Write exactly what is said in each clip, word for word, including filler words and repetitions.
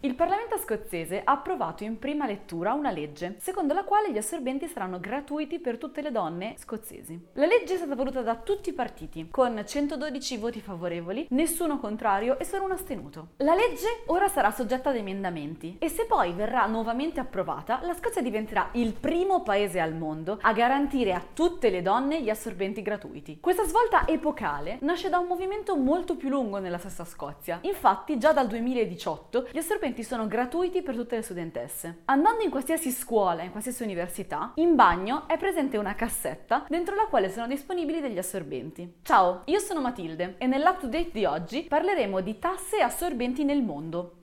Il Parlamento scozzese ha approvato in prima lettura una legge, secondo la quale gli assorbenti saranno gratuiti per tutte le donne scozzesi. La legge è stata voluta da tutti i partiti, con centododici voti favorevoli, nessuno contrario e solo un astenuto. La legge ora sarà soggetta ad emendamenti e se poi verrà nuovamente approvata, la Scozia diventerà il primo paese al mondo a garantire a tutte le donne gli assorbenti gratuiti. Questa svolta epocale nasce da un movimento molto più lungo nella stessa Scozia. Infatti, già dal duemiladiciotto gli assorbenti sono gratuiti per tutte le studentesse. Andando in qualsiasi scuola, in qualsiasi università, in bagno è presente una cassetta dentro la quale sono disponibili degli assorbenti. Ciao, io sono Matilde e nell'Up to Date di oggi parleremo di tasse e assorbenti nel mondo.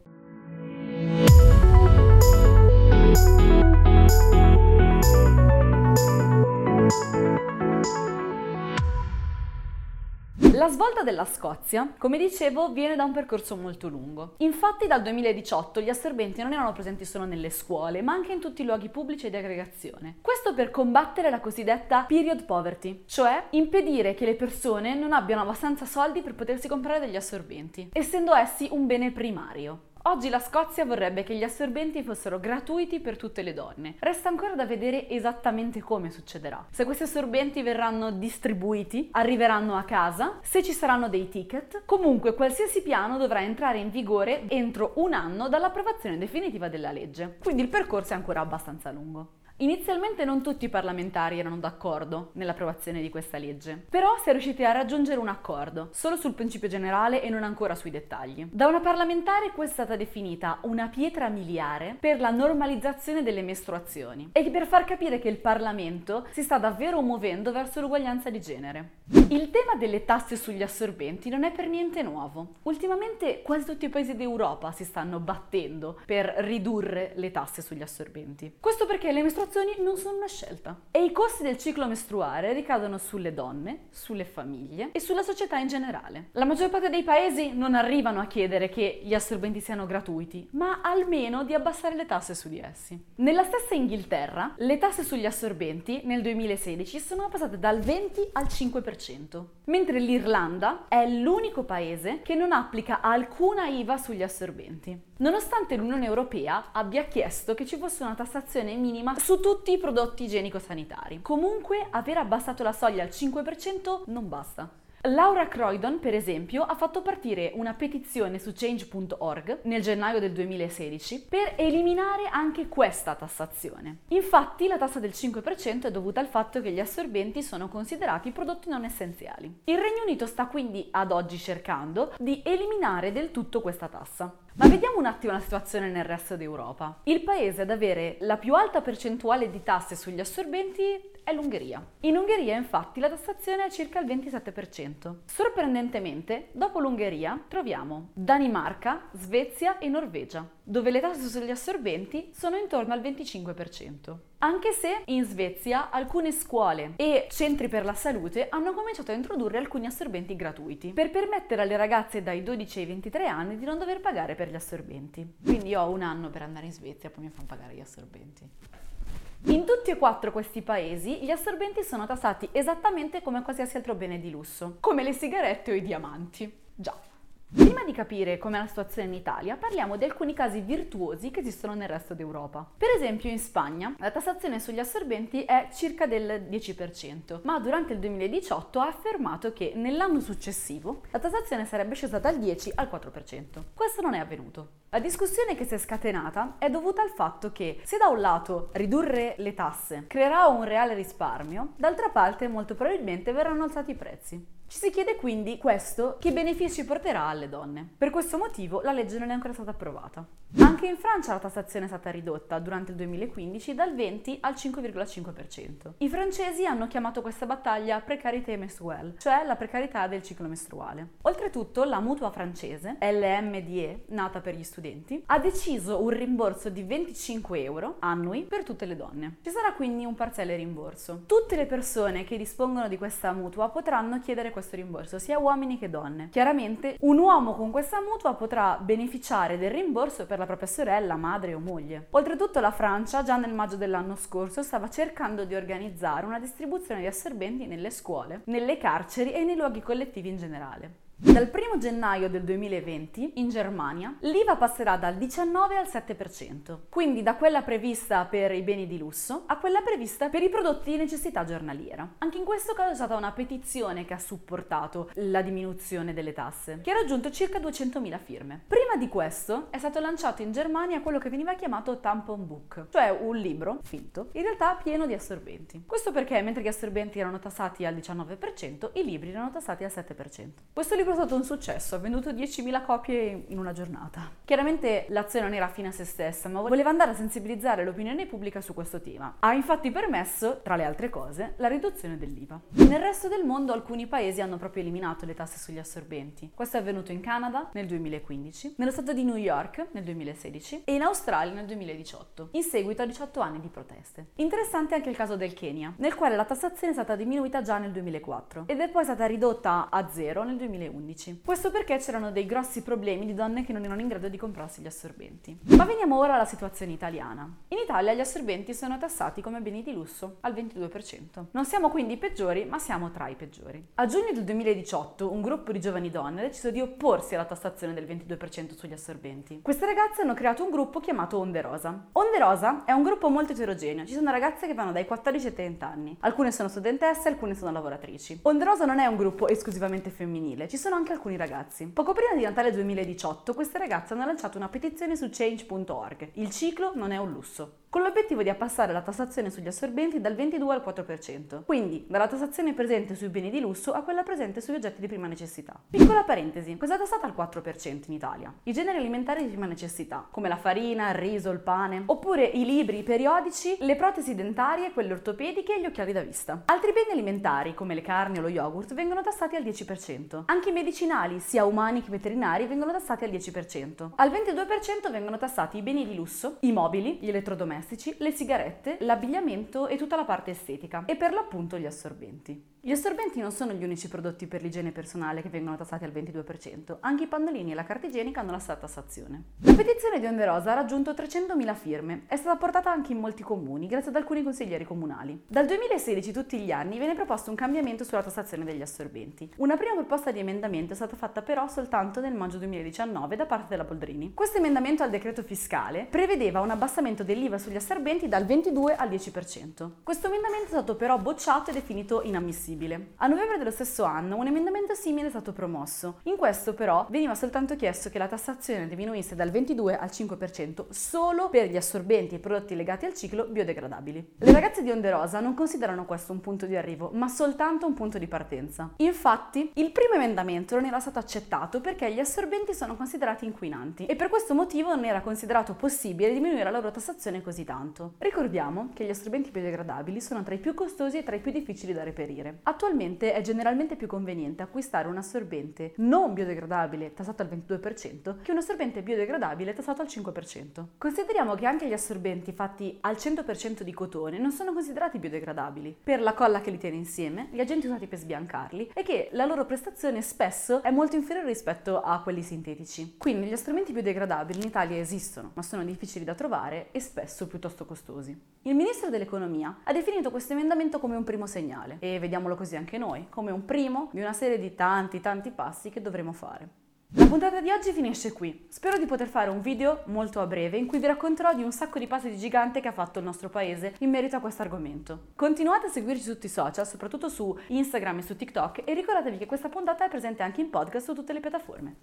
La svolta della Scozia, come dicevo, viene da un percorso molto lungo. Infatti dal duemiladiciotto gli assorbenti non erano presenti solo nelle scuole, ma anche in tutti i luoghi pubblici di aggregazione. Questo per combattere la cosiddetta period poverty, cioè impedire che le persone non abbiano abbastanza soldi per potersi comprare degli assorbenti, essendo essi un bene primario. Oggi la Scozia vorrebbe che gli assorbenti fossero gratuiti per tutte le donne. Resta ancora da vedere esattamente come succederà. Se questi assorbenti verranno distribuiti, arriveranno a casa, se ci saranno dei ticket. Comunque qualsiasi piano dovrà entrare in vigore entro un anno dall'approvazione definitiva della legge. Quindi il percorso è ancora abbastanza lungo. Inizialmente non tutti i parlamentari erano d'accordo nell'approvazione di questa legge, però si è riusciti a raggiungere un accordo, solo sul principio generale e non ancora sui dettagli. Da una parlamentare questa è stata definita una pietra miliare per la normalizzazione delle mestruazioni e per far capire che il Parlamento si sta davvero muovendo verso l'uguaglianza di genere. Il tema delle tasse sugli assorbenti non è per niente nuovo. Ultimamente quasi tutti i paesi d'Europa si stanno battendo per ridurre le tasse sugli assorbenti. Questo perché le mestruazioni non sono una scelta e i costi del ciclo mestruale ricadono sulle donne, sulle famiglie e sulla società in generale. La maggior parte dei paesi non arrivano a chiedere che gli assorbenti siano gratuiti, ma almeno di abbassare le tasse su di essi. Nella stessa Inghilterra, le tasse sugli assorbenti nel duemilasedici sono passate dal venti al cinque per cento, mentre l'Irlanda è l'unico paese che non applica alcuna I V A sugli assorbenti, nonostante l'Unione Europea abbia chiesto che ci fosse una tassazione minima su tutti i prodotti igienico-sanitari. Comunque, aver abbassato la soglia al cinque per cento non basta. Laura Croydon, per esempio, ha fatto partire una petizione su change punto org nel gennaio del duemilasedici per eliminare anche questa tassazione. Infatti, la tassa del cinque per cento è dovuta al fatto che gli assorbenti sono considerati prodotti non essenziali. Il Regno Unito sta quindi ad oggi cercando di eliminare del tutto questa tassa. Ma vediamo un attimo la situazione nel resto d'Europa. Il paese ad avere la più alta percentuale di tasse sugli assorbenti è l'Ungheria. In Ungheria, infatti, la tassazione è circa il ventisette per cento. Sorprendentemente, dopo l'Ungheria troviamo Danimarca, Svezia e Norvegia, dove le tasse sugli assorbenti sono intorno al venticinque per cento. Anche se in Svezia alcune scuole e centri per la salute hanno cominciato a introdurre alcuni assorbenti gratuiti per permettere alle ragazze dai dodici ai ventitré anni di non dover pagare per gli assorbenti. Quindi io ho un anno per andare in Svezia, poi mi fanno pagare gli assorbenti. In tutti e quattro questi paesi gli assorbenti sono tassati esattamente come qualsiasi altro bene di lusso, come le sigarette o i diamanti. Già. Prima di capire com'è la situazione in Italia, parliamo di alcuni casi virtuosi che esistono nel resto d'Europa. Per esempio in Spagna la tassazione sugli assorbenti è circa del dieci per cento, ma durante il duemiladiciotto ha affermato che nell'anno successivo la tassazione sarebbe scesa dal dieci al quattro per cento. Questo non è avvenuto. La discussione che si è scatenata è dovuta al fatto che se da un lato ridurre le tasse creerà un reale risparmio, d'altra parte molto probabilmente verranno alzati i prezzi. Ci si chiede quindi questo che benefici porterà alle donne. Per questo motivo la legge non è ancora stata approvata. Anche in Francia la tassazione è stata ridotta durante il duemilaquindici dal venti al cinque virgola cinque per cento. I francesi hanno chiamato questa battaglia précarité menstruelle, cioè la precarietà del ciclo mestruale. Oltretutto la mutua francese, L M D E, nata per gli studenti, ha deciso un rimborso di venticinque euro annui per tutte le donne. Ci sarà quindi un parziale rimborso. Tutte le persone che dispongono di questa mutua potranno chiedere questo questo rimborso, sia uomini che donne. Chiaramente un uomo con questa mutua potrà beneficiare del rimborso per la propria sorella, madre o moglie. Oltretutto la Francia già nel maggio dell'anno scorso stava cercando di organizzare una distribuzione di assorbenti nelle scuole, nelle carceri e nei luoghi collettivi in generale. Dal primo gennaio del duemilaventi in Germania l'I V A passerà dal diciannove al sette per cento, quindi da quella prevista per i beni di lusso a quella prevista per i prodotti di necessità giornaliera. Anche in questo caso è stata una petizione che ha supportato la diminuzione delle tasse, che ha raggiunto circa duecentomila firme. Prima di questo è stato lanciato in Germania quello che veniva chiamato tampon book, cioè un libro finto, in realtà pieno di assorbenti. Questo perché mentre gli assorbenti erano tassati al diciannove per cento, i libri erano tassati al sette per cento. Questo libro è stato un successo, ha venduto diecimila copie in una giornata. Chiaramente l'azione non era fine a se stessa, ma voleva andare a sensibilizzare l'opinione pubblica su questo tema. Ha infatti permesso, tra le altre cose, la riduzione dell'I V A. Nel resto del mondo alcuni paesi hanno proprio eliminato le tasse sugli assorbenti. Questo è avvenuto in Canada nel duemilaquindici, nello stato di New York nel duemilasedici e in Australia nel duemiladiciotto, in seguito a diciotto anni di proteste. Interessante anche il caso del Kenya, nel quale la tassazione è stata diminuita già nel duemilaquattro ed è poi stata ridotta a zero nel duemilaundici. Questo perché c'erano dei grossi problemi di donne che non erano in grado di comprarsi gli assorbenti. Ma veniamo ora alla situazione italiana. In Italia gli assorbenti sono tassati come beni di lusso al ventidue per cento. Non siamo quindi i peggiori, ma siamo tra i peggiori. A giugno del duemiladiciotto un gruppo di giovani donne ha deciso di opporsi alla tassazione del ventidue per cento sugli assorbenti. Queste ragazze hanno creato un gruppo chiamato Onde Rosa. Onde Rosa è un gruppo molto eterogeneo, ci sono ragazze che vanno dai quattordici ai trenta anni, alcune sono studentesse, alcune sono lavoratrici. Onde Rosa non è un gruppo esclusivamente femminile, ci sono anche alcuni ragazzi. Poco prima di Natale duemiladiciotto queste ragazze hanno lanciato una petizione su change punto org, il ciclo non è un lusso, con l'obiettivo di abbassare la tassazione sugli assorbenti dal ventidue al quattro per cento, quindi dalla tassazione presente sui beni di lusso a quella presente sugli oggetti di prima necessità. Piccola parentesi, cosa è tassata al quattro per cento in Italia? I generi alimentari di prima necessità, come la farina, il riso, il pane, oppure i libri, i periodici, le protesi dentarie, quelle ortopediche e gli occhiali da vista. Altri beni alimentari, come le carni o lo yogurt, vengono tassati al dieci per cento. Anche i medicinali, sia umani che veterinari, vengono tassati al dieci per cento. Al ventidue per cento vengono tassati i beni di lusso, i mobili, gli elettrodomestici, le sigarette, l'abbigliamento e tutta la parte estetica, e per l'appunto gli assorbenti. Gli assorbenti non sono gli unici prodotti per l'igiene personale che vengono tassati al ventidue per cento, anche i pannolini e la carta igienica hanno la stessa tassazione. La petizione di Onde Rosa ha raggiunto trecentomila firme, è stata portata anche in molti comuni grazie ad alcuni consiglieri comunali. Dal duemilasedici tutti gli anni viene proposto un cambiamento sulla tassazione degli assorbenti. Una prima proposta di emendamento è stata fatta però soltanto nel maggio duemiladiciannove da parte della Boldrini. Questo emendamento al decreto fiscale prevedeva un abbassamento dell'I V A sugli assorbenti dal ventidue al dieci per cento. Questo emendamento è stato però bocciato e definito inammissibile. A novembre dello stesso anno un emendamento simile è stato promosso. In questo però veniva soltanto chiesto che la tassazione diminuisse dal ventidue al cinque per cento solo per gli assorbenti e prodotti legati al ciclo biodegradabili. Le ragazze di Onde Rosa non considerano questo un punto di arrivo, ma soltanto un punto di partenza. Infatti, il primo emendamento non era stato accettato perché gli assorbenti sono considerati inquinanti e per questo motivo non era considerato possibile diminuire la loro tassazione così tanto. Ricordiamo che gli assorbenti biodegradabili sono tra i più costosi e tra i più difficili da reperire. Attualmente è generalmente più conveniente acquistare un assorbente non biodegradabile tassato al ventidue per cento che un assorbente biodegradabile tassato al cinque per cento. Consideriamo che anche gli assorbenti fatti al cento per cento di cotone non sono considerati biodegradabili per la colla che li tiene insieme, gli agenti usati per sbiancarli e che la loro prestazione spesso è molto inferiore rispetto a quelli sintetici. Quindi gli strumenti biodegradabili in Italia esistono, ma sono difficili da trovare e spesso piuttosto costosi. Il ministro dell'economia ha definito questo emendamento come un primo segnale e vediamolo così anche noi, come un primo di una serie di tanti tanti passi che dovremo fare. La puntata di oggi finisce qui. Spero di poter fare un video molto a breve in cui vi racconterò di un sacco di passi di gigante che ha fatto il nostro paese in merito a questo argomento. Continuate a seguirci su tutti i social, soprattutto su Instagram e su TikTok, e ricordatevi che questa puntata è presente anche in podcast su tutte le piattaforme.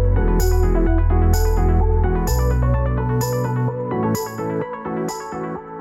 Ciao!